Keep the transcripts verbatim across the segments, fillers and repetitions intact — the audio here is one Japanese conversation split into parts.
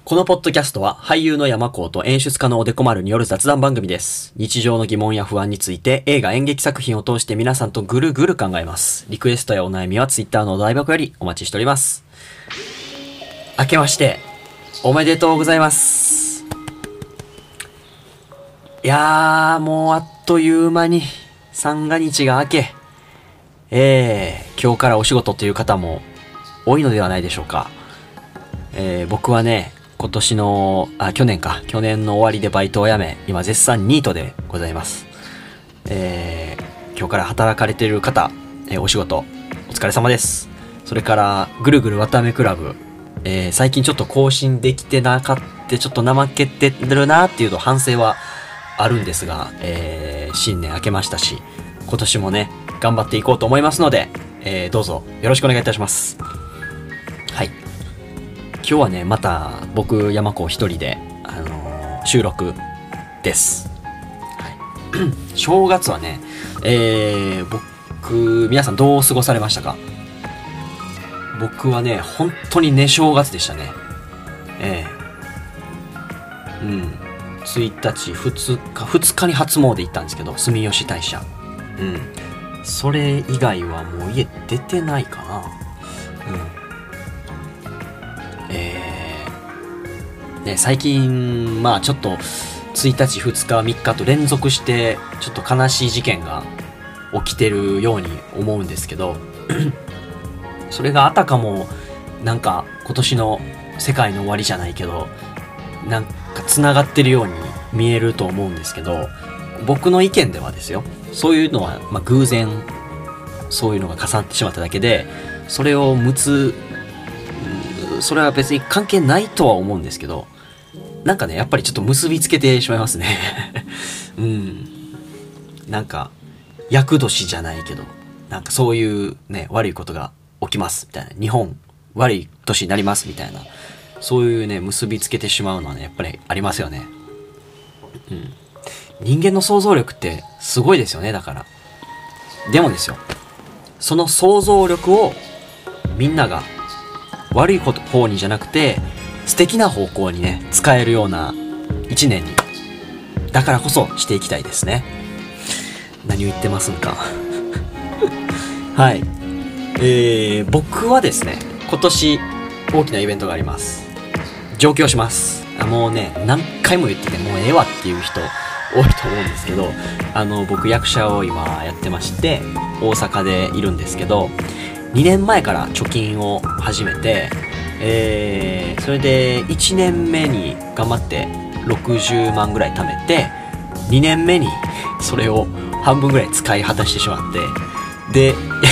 このポッドキャストは俳優の山子と演出家のおでこ丸による雑談番組です。日常の疑問や不安について映画演劇作品を通して皆さんとぐるぐる考えます。リクエストやお悩みはツイッターのお台箱よりお待ちしております。明けましておめでとうございます。いやーもうあっという間に三が日が明け、えー、今日からお仕事という方も多いのではないでしょうか。えー、僕はね今年の、あ、去年か。去年の終わりでバイトを辞め、今絶賛ニートでございます。えー、今日から働かれている方、えー、お仕事、お疲れ様です。それから、ぐるぐるわたあめクラブ、えー、最近ちょっと更新できてなかった、ちょっと怠けてるなっていうと反省はあるんですが、えー、新年明けましたし、今年もね、頑張っていこうと思いますので、えー、どうぞよろしくお願いいたします。はい。今日はね、また僕山子一人で、あのー、収録です、はい、正月はね、えー、僕皆さんどう過ごされましたか？僕はね本当にね正月でしたね。ええー、うんついたちふつかふつかに初詣行ったんですけど、住吉大社、うんそれ以外はもう家出てないかな。うんえーね、最近まあちょっとついたちふつかみっかと連続してちょっと悲しい事件が起きてるように思うんですけどそれがあたかもなんか今年の世界の終わりじゃないけどなんか繋がってるように見えると思うんですけど、僕の意見ではですよ、そういうのはまあ偶然そういうのが重なってしまっただけで、それをむつそれは別に関係ないとは思うんですけど、なんかねやっぱりちょっと結びつけてしまいますねうんなんか厄年じゃないけど、なんかそういうね悪いことが起きますみたいな、日本悪い年になりますみたいな、そういうね結びつけてしまうのはねやっぱりありますよね。うん人間の想像力ってすごいですよね。だからでもですよ、その想像力をみんなが悪い方にじゃなくて素敵な方向にね使えるような一年にだからこそしていきたいですね。何を言ってますんかはい、えー、僕はですね今年大きなイベントがあります。上京します。あもうね何回も言っててもうええわっていう人多いと思うんですけど、あの僕役者を今やってまして大阪でいるんですけど、にねんまえから貯金を始めて、えー、それでいちねんめに頑張ってろくじゅうまんぐらい貯めて、にねんめにそれを半分ぐらい使い果たしてしまって、で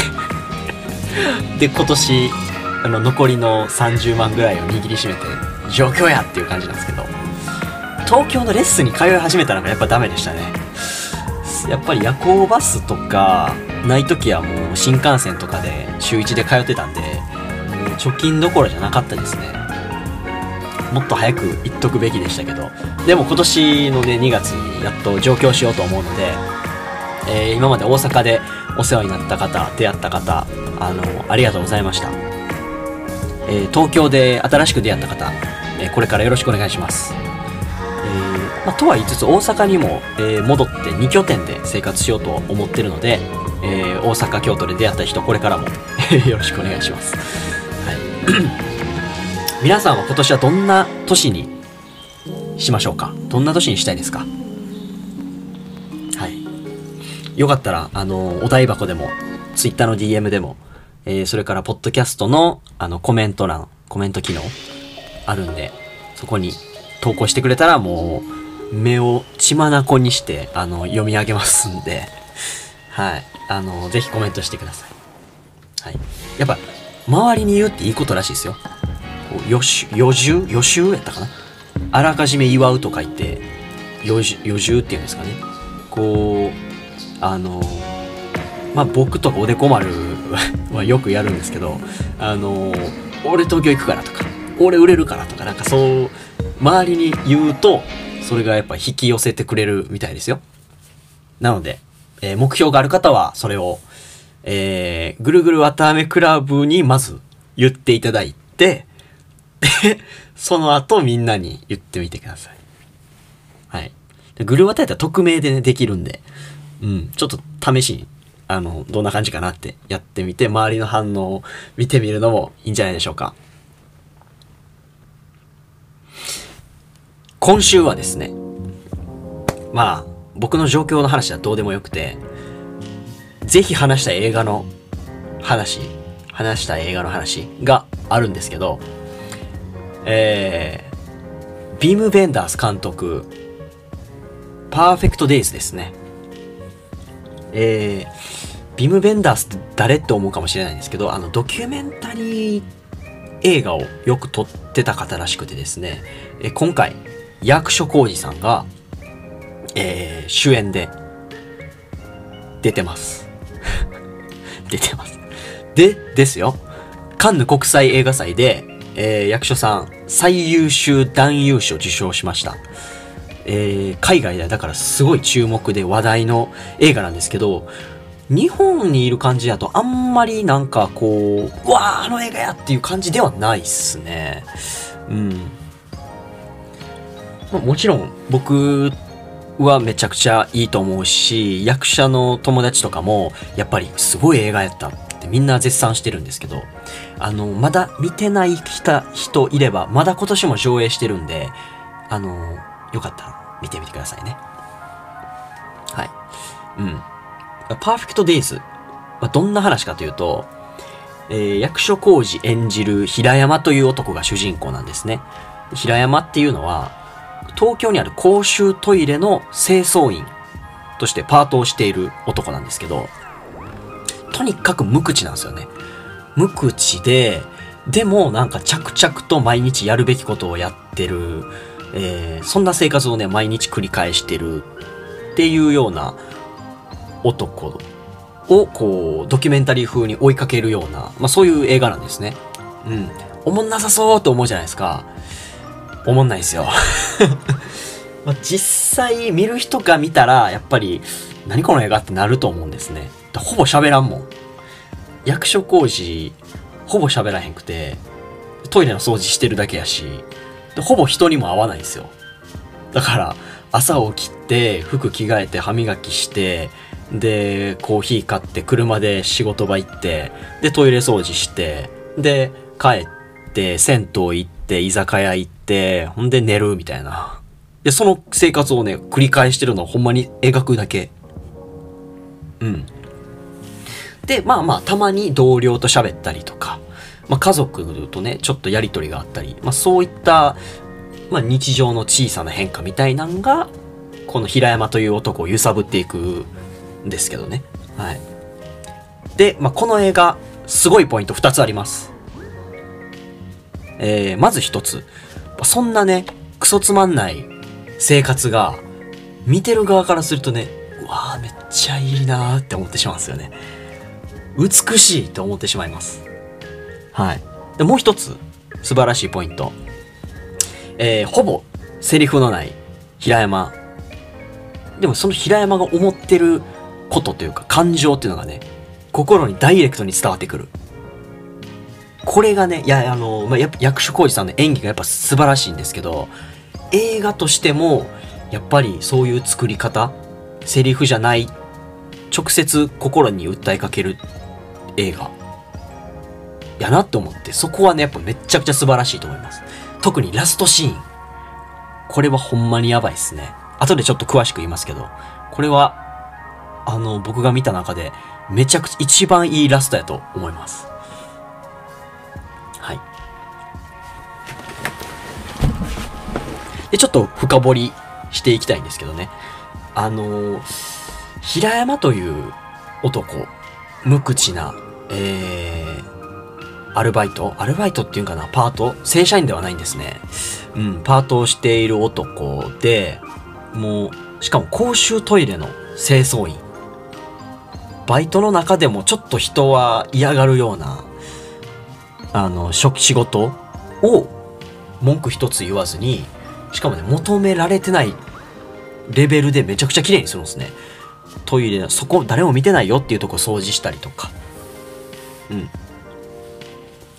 で今年あの残りのさんじゅうまんぐらいを握りしめて上京やっていう感じなんですけど、東京のレッスンに通い始めたのがやっぱダメでしたね。やっぱり夜行バスとかない時はもう新幹線とかで週いちで通ってたんで、もう貯金どころじゃなかったですね。もっと早く行っとくべきでしたけど、でも今年のねにがつにやっと上京しようと思うので、えー、今まで大阪でお世話になった方、出会った方、あのありがとうございました。えー、東京で新しく出会った方、えー、これからよろしくお願いします。えーまあ、とは言いつつ大阪にも、えー、戻ってに拠点で生活しようと思ってるので、えー、大阪京都で出会った人これからもよろしくお願いします、はい、皆さんは今年はどんな年にしましょうか？どんな年にしたいですか？はい、よかったらあのお台箱でもツイッターの ディーエム でも、えー、それからポッドキャストのあのコメント欄、コメント機能あるんで、そこに投稿してくれたらもう目を血眼にしてあの読み上げますんで、はい、あのぜひコメントしてください。はい、やっぱ周りに言うっていいことらしいですよ。予習予習予習やったかな、あらかじめ祝うとか言って予習っていうんですかね。こうあのまあ僕とかおでこ丸はよくやるんですけど、あの俺東京行くからとか俺売れるからとか、なんかそう周りに言うとそれがやっぱ引き寄せてくれるみたいですよ。なので、えー、目標がある方はそれを、えー、ぐるぐるわたあめクラブにまず言っていただいて、でその後みんなに言ってみてください。はい。でグルワタやったら匿名でね、できるんで、うん、ちょっと試しに、あの、どんな感じかなってやってみて、周りの反応を見てみるのもいいんじゃないでしょうか。今週はですね、まあ、僕の状況の話はどうでもよくて、ぜひ話したい映画の話、話したい映画の話があるんですけど、えー、ビーム・ベンダース監督、パーフェクト・デイズですね。えー、ビム・ベンダースって誰って思うかもしれないんですけど、あのドキュメンタリー映画をよく撮ってた方らしくてですね、え今回役所広司さんが、えー、主演で出てます出てますでですよ、カンヌ国際映画祭で、えー、役所さん最優秀男優賞を受賞しました。えー、海外でだからすごい注目で話題の映画なんですけど、日本にいる感じだとあんまりなんかこう、うわーあの映画やっていう感じではないっすね。うん。まあ、もちろん僕はめちゃくちゃいいと思うし、役者の友達とかもやっぱりすごい映画やったってみんな絶賛してるんですけど、あの、まだ見てない人いれば、まだ今年も上映してるんで、あの、よかったら見てみてくださいね。はい。うん。パーフェクトデイズ。まあ、どんな話かというと、えー、役所広司演じる平山という男が主人公なんですね。平山っていうのは、東京にある公衆トイレの清掃員としてパートをしている男なんですけど、とにかく無口なんですよね。無口で、でもなんか着々と毎日やるべきことをやってる、えー、そんな生活をね、毎日繰り返してるっていうような男をこうドキュメンタリー風に追いかけるような、まあそういう映画なんですね。うん。おもんなさそうと思うじゃないですか。おもんないですよ。まあ実際見る人が見たら、やっぱり、何この映画ってなると思うんですね。ほぼ喋らんもん。役所広司、ほぼ喋らへんくて、トイレの掃除してるだけやし、ほぼ人にも会わないんですよ。だから、朝起きて、服着替えて、歯磨きして、で、コーヒー買って車で仕事場行って、で、トイレ掃除して、で、帰って、銭湯行って、居酒屋行って、ほんで寝るみたいな。で、その生活をね、繰り返してるのをほんまに描くだけ。うん。で、まあまあ、たまに同僚と喋ったりとか、まあ家族とね、ちょっとやりとりがあったり、まあそういった、まあ日常の小さな変化みたいなのが、この平山という男を揺さぶっていくんですけどね。はい。で、まあこの映画、すごいポイントふたつあります。えー、まずひとつ。そんなね、クソつまんない生活が、見てる側からするとね、うわーめっちゃいいなーって思ってしまうんですよね。美しいと思ってしまいます。はい。で、もう一つ、素晴らしいポイント。えー、ほぼ、セリフのない平山。でもその平山が思ってることというか、感情っていうのがね、心にダイレクトに伝わってくる。これがね、いや、あの、まあ、やっぱ役所広司さんの演技がやっぱ素晴らしいんですけど、映画としても、やっぱりそういう作り方、セリフじゃない、直接心に訴えかける映画やなって思って、そこはねやっぱめっちゃくちゃ素晴らしいと思います。特にラストシーン、これはほんまにやばいっすね。後でちょっと詳しく言いますけど、これはあの僕が見た中でめちゃくちゃ一番いいラストやと思います。はい。でちょっと深掘りしていきたいんですけどね、あの平山という男、無口な、えー、アルバイトアルバイトっていうんかな、パート、正社員ではないんですね。うん、パートをしている男で、もう、しかも公衆トイレの清掃員。バイトの中でもちょっと人は嫌がるような、あの、仕事を文句一つ言わずに、しかもね、求められてないレベルでめちゃくちゃ綺麗にするんですね。トイレの、そこ誰も見てないよっていうとこ掃除したりとか。うん。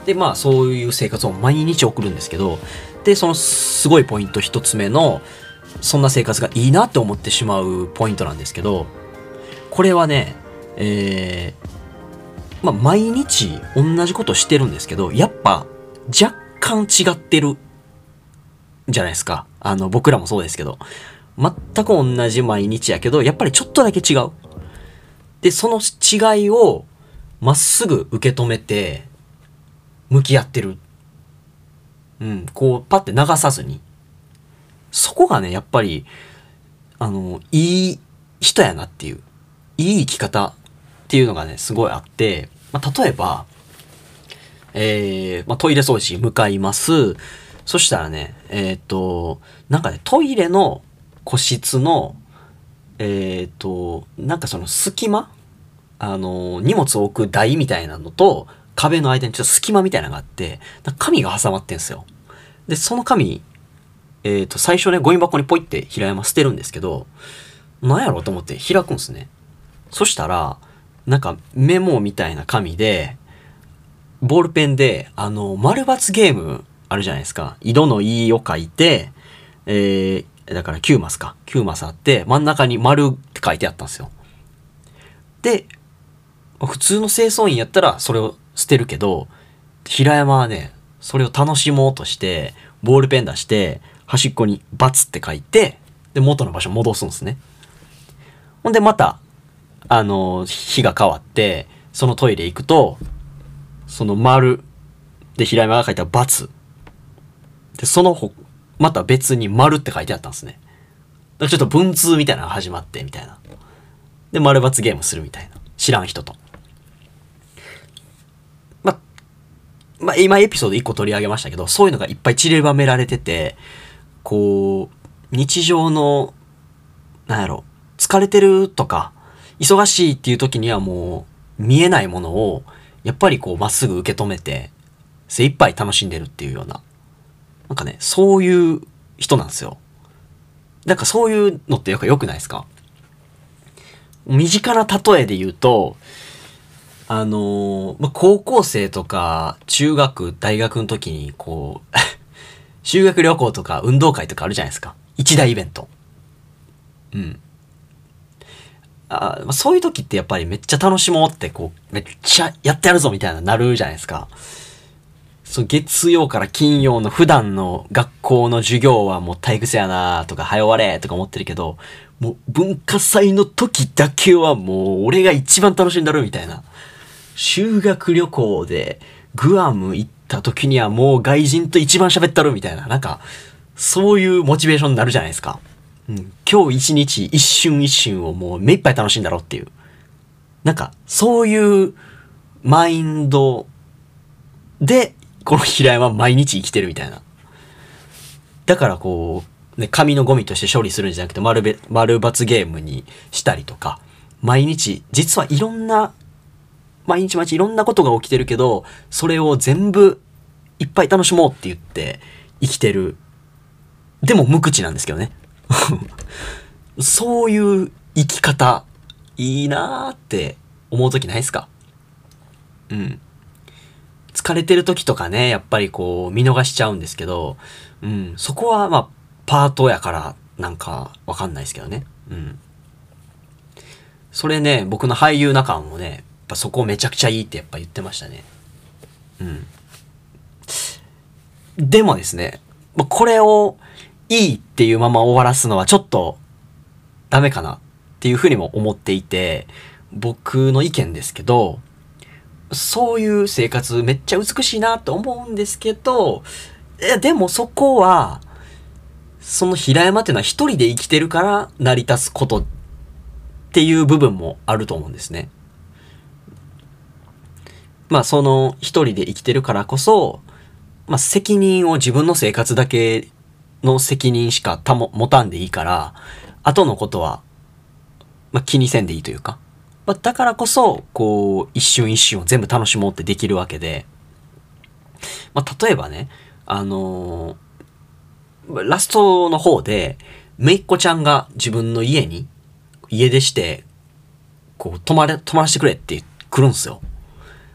で、まあそういう生活を毎日送るんですけど、で、そのすごいポイント一つ目の、そんな生活がいいなって思ってしまうポイントなんですけど、これはね、えー、まあ毎日同じことしてるんですけど、やっぱ若干違ってるじゃないですか。あの、僕らもそうですけど。全く同じ毎日やけど、やっぱりちょっとだけ違う。で、その違いをまっすぐ受け止めて、向き合ってる。うん、こう、パッて流さずに。そこがね、やっぱり、あの、いい人やなっていう、いい生き方っていうのがね、すごいあって、まあ、例えば、えー、まあ、トイレ掃除向かいます。そしたらね、えっと、なんかね、トイレの個室の、えっと、なんかその隙間あの、荷物を置く台みたいなのと、壁の間にちょっと隙間みたいなのがあって、紙が挟まってんすよ。で、その紙、えっと、最初ね、ゴミ箱にポイって平山捨てるんですけど、なんやろうと思って開くんすね。そしたら、なんかメモみたいな紙で、ボールペンで、あの、丸×ゲームあるじゃないですか。井戸の井を書いて、えー、だからきゅうマスか。きゅうマスあって、真ん中に丸って書いてあったんですよ。で、普通の清掃員やったらそれを捨てるけど、平山はね、それを楽しもうとして、ボールペン出して、端っこにバツって書いて、で、元の場所戻すんですね。ほんでまた、あの、日が変わって、そのトイレ行くと、その丸で平山が書いたバツ。で、そのほ、また別に丸って書いてあったんですね。だからちょっと文通みたいなのが始まって、みたいな。で、丸×ゲームするみたいな。知らん人と。ま、まあ、今エピソードいっこ取り上げましたけど、そういうのがいっぱい散りばめられてて、こう、日常の、なんやろ、疲れてるとか、忙しいっていう時にはもう、見えないものを、やっぱりこう、まっすぐ受け止めて、精一杯楽しんでるっていうような、なんかね、そういう人なんですよ。なんかそういうのってよく良くないですか？身近な例えで言うと、あのー、まあ、高校生とか、中学、大学の時に、こう、修学旅行とか運動会とかあるじゃないですか。一大イベント。うん。あ、まあ、そういう時ってやっぱりめっちゃ楽しもうって、こう、めっちゃやってやるぞみたいななるじゃないですか。そう、月曜から金曜の普段の学校の授業はもう体育祭やなとか、早終われとか思ってるけど、もう文化祭の時だけはもう俺が一番楽しんだるみたいな。修学旅行でグアム行った時にはもう外人と一番喋ったるみたいな。なんか、そういうモチベーションになるじゃないですか。うん。今日一日一瞬一瞬をもう目いっぱい楽しんだろっていう。なんか、そういうマインドで、この平山は毎日生きてるみたいな。だからこう、ね、紙のゴミとして処理するんじゃなくて、丸べ、丸×ゲームにしたりとか、毎日、実はいろんな、毎日毎日いろんなことが起きてるけど、それを全部いっぱい楽しもうって言って生きてる。でも無口なんですけどね。そういう生き方、いいなーって思うときないですか？うん。疲れてる時とかね、やっぱりこう見逃しちゃうんですけど、うん、そこはまあパートやからなんかわかんないですけどね。うん。それね、僕の俳優仲間もね、やっぱそこめちゃくちゃいいってやっぱ言ってましたね。うん。でもですね、これをいいっていうまま終わらすのはちょっとダメかなっていうふうにも思っていて、僕の意見ですけど、そういう生活めっちゃ美しいなと思うんですけど、いやでもそこは、その平山っていうのは一人で生きてるから成り立つことっていう部分もあると思うんですね。まあその一人で生きてるからこそ、まあ責任を自分の生活だけの責任しかたも持たんでいいから、後のことは、まあ気にせんでいいというか、まあ、だからこそ、こう、一瞬一瞬を全部楽しもうってできるわけで、まあ、例えばね、あのー、ラストの方で、めいっ子ちゃんが自分の家に、家出して、こう、泊まれ、泊まらせてくれって来るんですよ。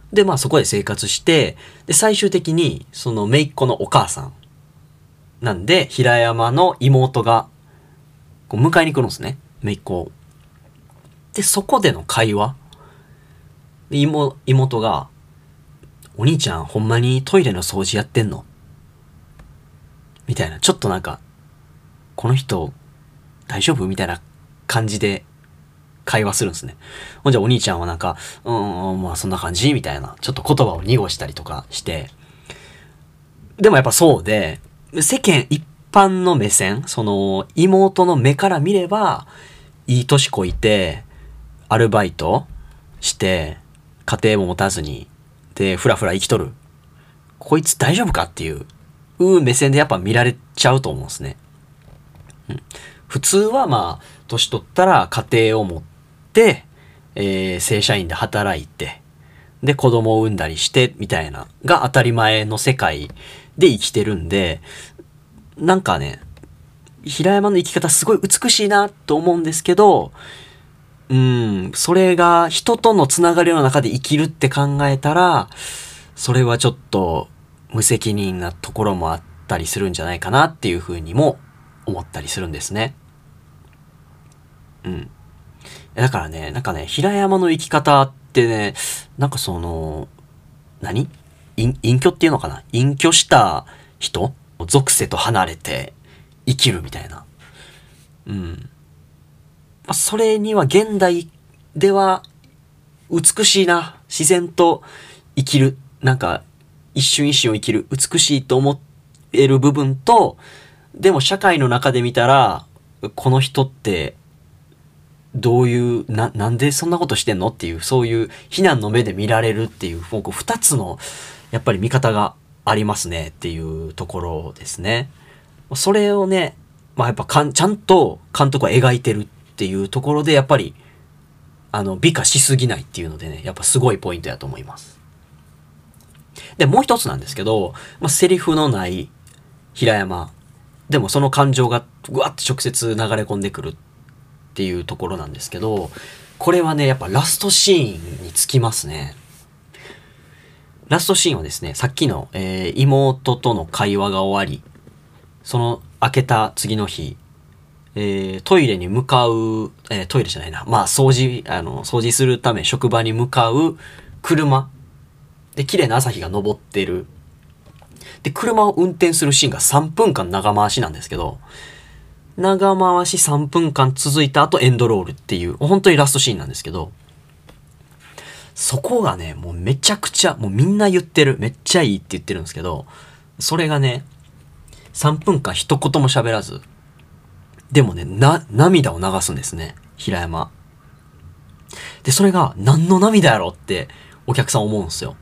で、まあそこで生活して、で、最終的に、その姪っ子のお母さん。なんで、平山の妹が、こう迎えに来るんですね。姪っ子を。で、そこでの会話。で妹、妹が、お兄ちゃんほんまにトイレの掃除やってんのみたいな。ちょっとなんか、この人、大丈夫みたいな感じで会話するんですね。ほんじゃお兄ちゃんはなんか、うん、うん、まあそんな感じみたいな。ちょっと言葉を濁したりとかして。でもやっぱそうで、世間一般の目線、その妹の目から見れば、いい年こいて、アルバイトして、家庭も持たずに、で、ふらふら生きとる。こいつ大丈夫かっていう、う目線でやっぱ見られちゃうと思うんですね。うん、普通はまあ、年取ったら家庭を持って、えー、正社員で働いて、で、子供を産んだりして、みたいな、が当たり前の世界で生きてるんで、なんかね、平山の生き方すごい美しいなと思うんですけど、うん、それが人とのつながりの中で生きるって考えたら、それはちょっと無責任なところもあったりするんじゃないかなっていうふうにも思ったりするんですね。うん。だからね、なんかね、平山の生き方ってね、なんかその、何隠隠居っていうのかな隠居した人属性と離れて生きるみたいな。うん。それには現代では美しいな。自然と生きる。なんか一瞬一瞬を生きる。美しいと思える部分と、でも社会の中で見たら、この人ってどういう、な、なんでそんなことしてんのっていう、そういう非難の目で見られるっていう、もう二つのやっぱり見方がありますねっていうところですね。それをね、まあやっぱかん、ちゃんと監督は描いてるっていうところで、やっぱり、あの、美化しすぎないっていうのでね、やっぱすごいポイントやと思います。で、もう一つなんですけど、まあ、セリフのない平山。でもその感情がぐわっと直接流れ込んでくるっていうところなんですけど、これはね、やっぱラストシーンにつきますね。ラストシーンはですね、さっきの、えー、妹との会話が終わり、その明けた次の日、えー、トイレに向かう、えー、トイレじゃないな。まあ、掃除、あの、掃除するため職場に向かう車。で、綺麗な朝日が昇ってる。で、車を運転するシーンがさんぷんかん長回しなんですけど、長回しさんぷんかん続いた後エンドロールっていう、本当にラストシーンなんですけど、そこがね、もうめちゃくちゃ、もうみんな言ってる。めっちゃいいって言ってるんですけど、それがね、さんぷんかん一言も喋らず、でもね、な、涙を流すんですね。平山。で、それが何の涙やろってお客さん思うんですよ。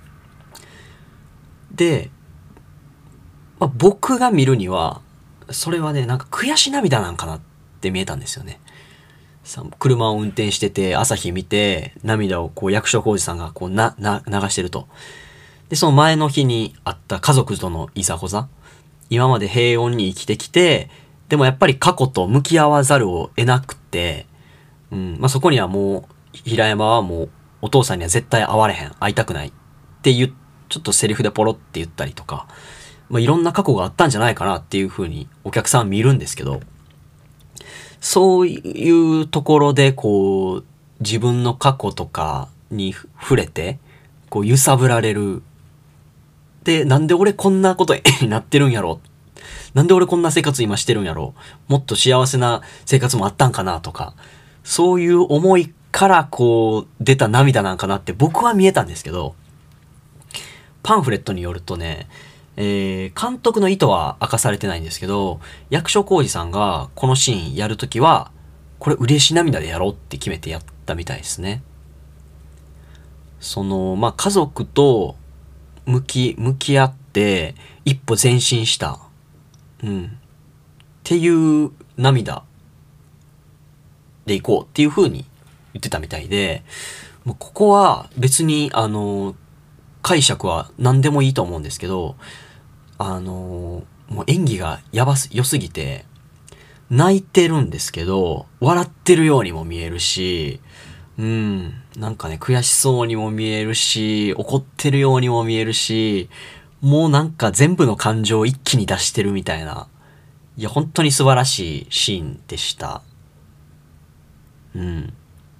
で、まあ、僕が見るには、それはね、なんか悔し涙なんかなって見えたんですよね。さ車を運転してて、朝日見て、涙をこう役所広司さんがこうな、な、流してると。で、その前の日にあった家族とのいざこざ。今まで平穏に生きてきて、でもやっぱり過去と向き合わざるを得なくて、うん、まあ、そこにはもう、平山はもう、お父さんには絶対会われへん、会いたくないっていう、ちょっとセリフでポロって言ったりとか、まあ、いろんな過去があったんじゃないかなっていう風にお客さんは見るんですけど、そういうところで、こう、自分の過去とかに触れて、こう、揺さぶられる。で、なんで俺こんなことになってるんやろ、なんで俺こんな生活今してるんやろ、もっと幸せな生活もあったんかなとか、そういう思いからこう出た涙なんかなって僕は見えたんですけど、パンフレットによるとね、えー、監督の意図は明かされてないんですけど、役所広司さんがこのシーンやるときは、これ嬉し涙でやろうって決めてやったみたいですね。その、まあ、家族と向き、向き合って一歩前進した。うん。っていう涙でいこうっていう風に言ってたみたいで、もうここは別にあの解釈は何でもいいと思うんですけど、あのもう演技がやばす良すぎて泣いてるんですけど笑ってるようにも見えるし、 うん。なんかね、悔しそうにも見えるし、怒ってるようにも見えるし、もうなんか全部の感情を一気に出してるみたいな。いや、本当に素晴らしいシーンでした。うん。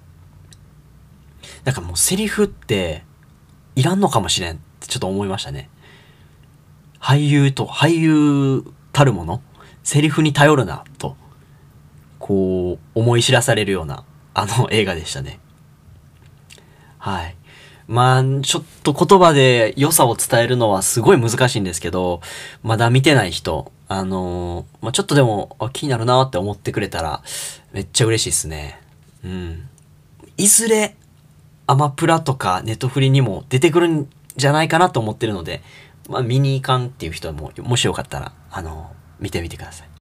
だからもうセリフっていらんのかもしれんってちょっと思いましたね。俳優と、俳優たるもの、セリフに頼るな、と、こう、思い知らされるような、あの映画でしたね。はい。まあ、ちょっと言葉で良さを伝えるのはすごい難しいんですけど、まだ見てない人、あのーまあ、ちょっとでも気になるなって思ってくれたら、めっちゃ嬉しいですね。うん。いずれ、アマプラとかネットフリにも出てくるんじゃないかなと思ってるので、まあ、見に行かんっていう人も、もしよかったら、あのー見てみてください。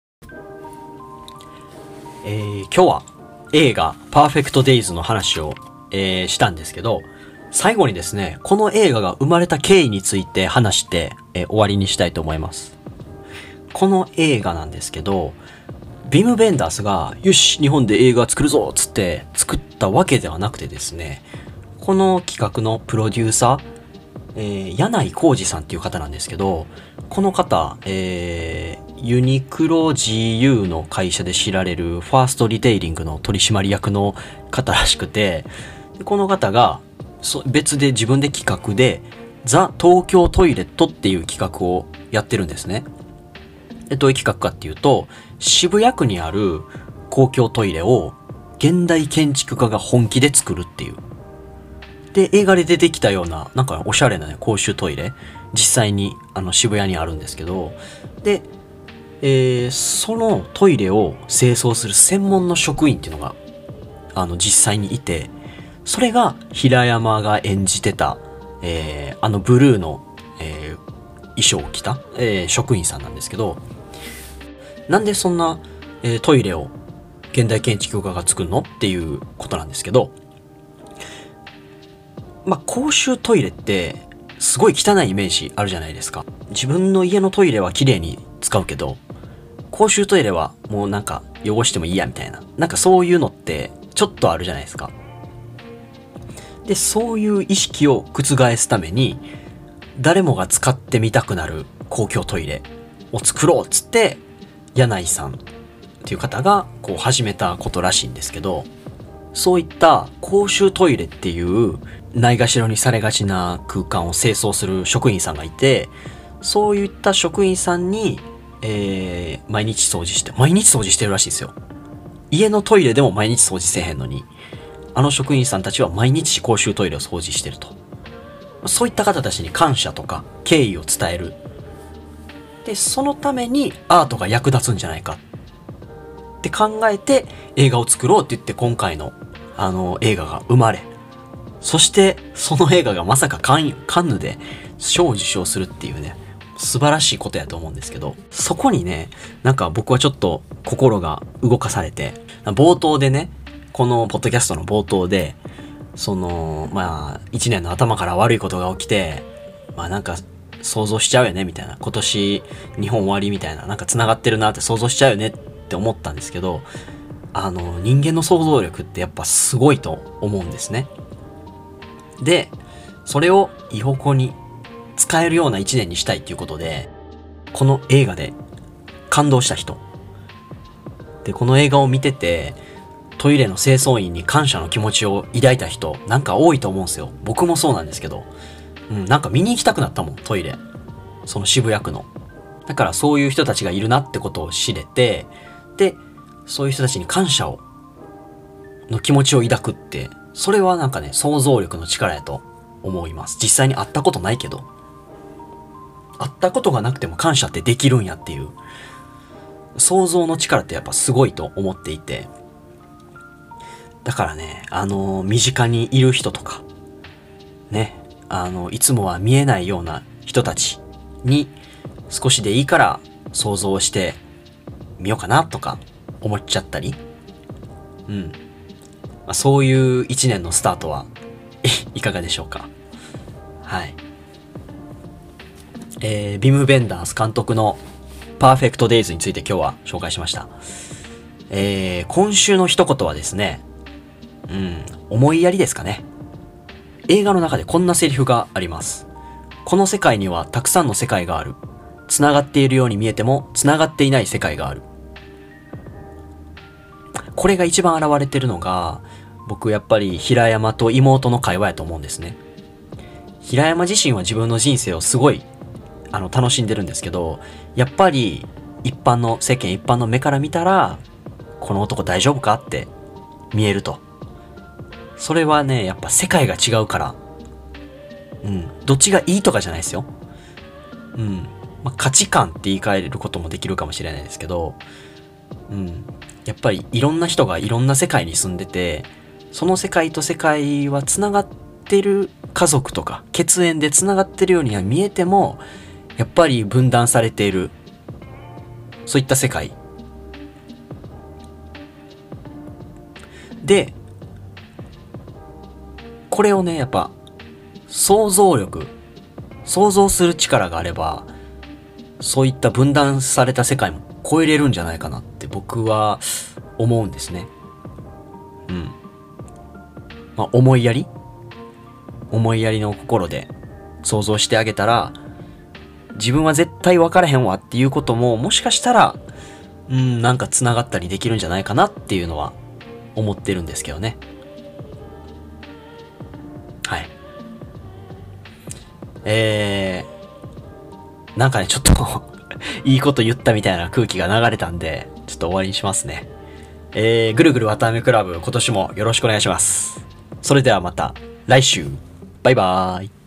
えー、今日は映画パーフェクトデイズの話を、えー、したんですけど、最後にですね、この映画が生まれた経緯について話して、えー、終わりにしたいと思います。この映画なんですけど、ビム・ベンダースが、よし、日本で映画作るぞっつって作ったわけではなくてですね、この企画のプロデューサー、えー、柳井浩二さんっていう方なんですけど、この方、えー、ユニクロ ジーユー の会社で知られるファーストリテイリングの取締役の方らしくて、この方が別で自分で企画でザ・東京トイレットっていう企画をやってるんですね。でどういう企画かっていうと、渋谷区にある公共トイレを現代建築家が本気で作るっていう。で、映画で出てきたような、なんかおしゃれなね、公衆トイレ、実際にあの渋谷にあるんですけど、で、えー、そのトイレを清掃する専門の職員っていうのが、あの、実際にいて、それが平山が演じてた、えー、あのブルーの、えー、衣装を着た、えー、職員さんなんですけど、なんでそんな、えー、トイレを現代建築家が作るのっていうことなんですけど、まあ、公衆トイレってすごい汚いイメージあるじゃないですか。自分の家のトイレは綺麗に使うけど、公衆トイレはもうなんか汚してもいいやみたいな。なんかそういうのってちょっとあるじゃないですか。で、そういう意識を覆すために、誰もが使ってみたくなる公共トイレを作ろうっつって、柳井さんっていう方がこう始めたことらしいんですけど、そういった公衆トイレっていうないがしろにされがちな空間を清掃する職員さんがいて、そういった職員さんに、えー、毎日掃除して、毎日掃除してるらしいですよ。家のトイレでも毎日掃除せえへんのに、あの職員さんたちは毎日公衆トイレを掃除してると。そういった方たちに感謝とか敬意を伝える。で、そのためにアートが役立つんじゃないかって考えて映画を作ろうって言って今回のあの映画が生まれ、そしてその映画がまさかカン、カンヌで賞を受賞するっていうね、素晴らしいことやと思うんですけど、そこにね、なんか僕はちょっと心が動かされて、冒頭でね、このポッドキャストの冒頭で、その、まあ、一年の頭から悪いことが起きて、まあなんか想像しちゃうよね、みたいな。今年日本終わりみたいな、なんか繋がってるなって想像しちゃうよねって思ったんですけど、あの、人間の想像力ってやっぱすごいと思うんですね。で、それをいい方向に使えるような一年にしたいっていうことで、この映画で感動した人。で、この映画を見てて、トイレの清掃員に感謝の気持ちを抱いた人、なんか多いと思うんですよ。僕もそうなんですけど。うん、なんか見に行きたくなったもん、トイレ。その渋谷区の。だからそういう人たちがいるなってことを知れて、で、そういう人たちに感謝を、の気持ちを抱くって、それはなんかね、想像力の力やと思います。実際に会ったことないけど、会ったことがなくても感謝ってできるんやっていう、想像の力ってやっぱすごいと思っていて、だからね、あの、身近にいる人とか、ね、あの、いつもは見えないような人たちに少しでいいから想像してみようかなとか思っちゃったり、うん。まあ、そういう一年のスタートはいかがでしょうか。はい。えー、ビム・ベンダース監督のパーフェクトデイズについて今日は紹介しました。えー、今週の一言はですね、 うん、思いやりですかね。映画の中でこんなセリフがあります。この世界にはたくさんの世界がある。繋がっているように見えても繋がっていない世界がある。これが一番現れてるのが、僕やっぱり平山と妹の会話やと思うんですね。平山自身は自分の人生をすごいあの楽しんでるんですけど、やっぱり一般の世間一般の目から見たら、この男大丈夫かって見えると。それはね、やっぱ世界が違うから。うん。どっちがいいとかじゃないですよ。うん。まあ、価値観って言い換えることもできるかもしれないですけど、うん。やっぱりいろんな人がいろんな世界に住んでて、その世界と世界は繋がってる家族とか、血縁で繋がってるようには見えても、やっぱり分断されている。そういった世界。で、これをね、やっぱ、想像力、想像する力があれば、そういった分断された世界も超えれるんじゃないかなって僕は思うんですね。うん。まあ、思いやり思いやりの心で想像してあげたら、自分は絶対分からへんわっていうことも、もしかしたら、うん、なんか繋がったりできるんじゃないかなっていうのは思ってるんですけどね。はい。えー、なんかね、ちょっといいこと言ったみたいな空気が流れたんで、ちょっと終わりにしますね。えー、ぐるぐるわたあめクラブ、今年もよろしくお願いします。それではまた来週。バイバーイ。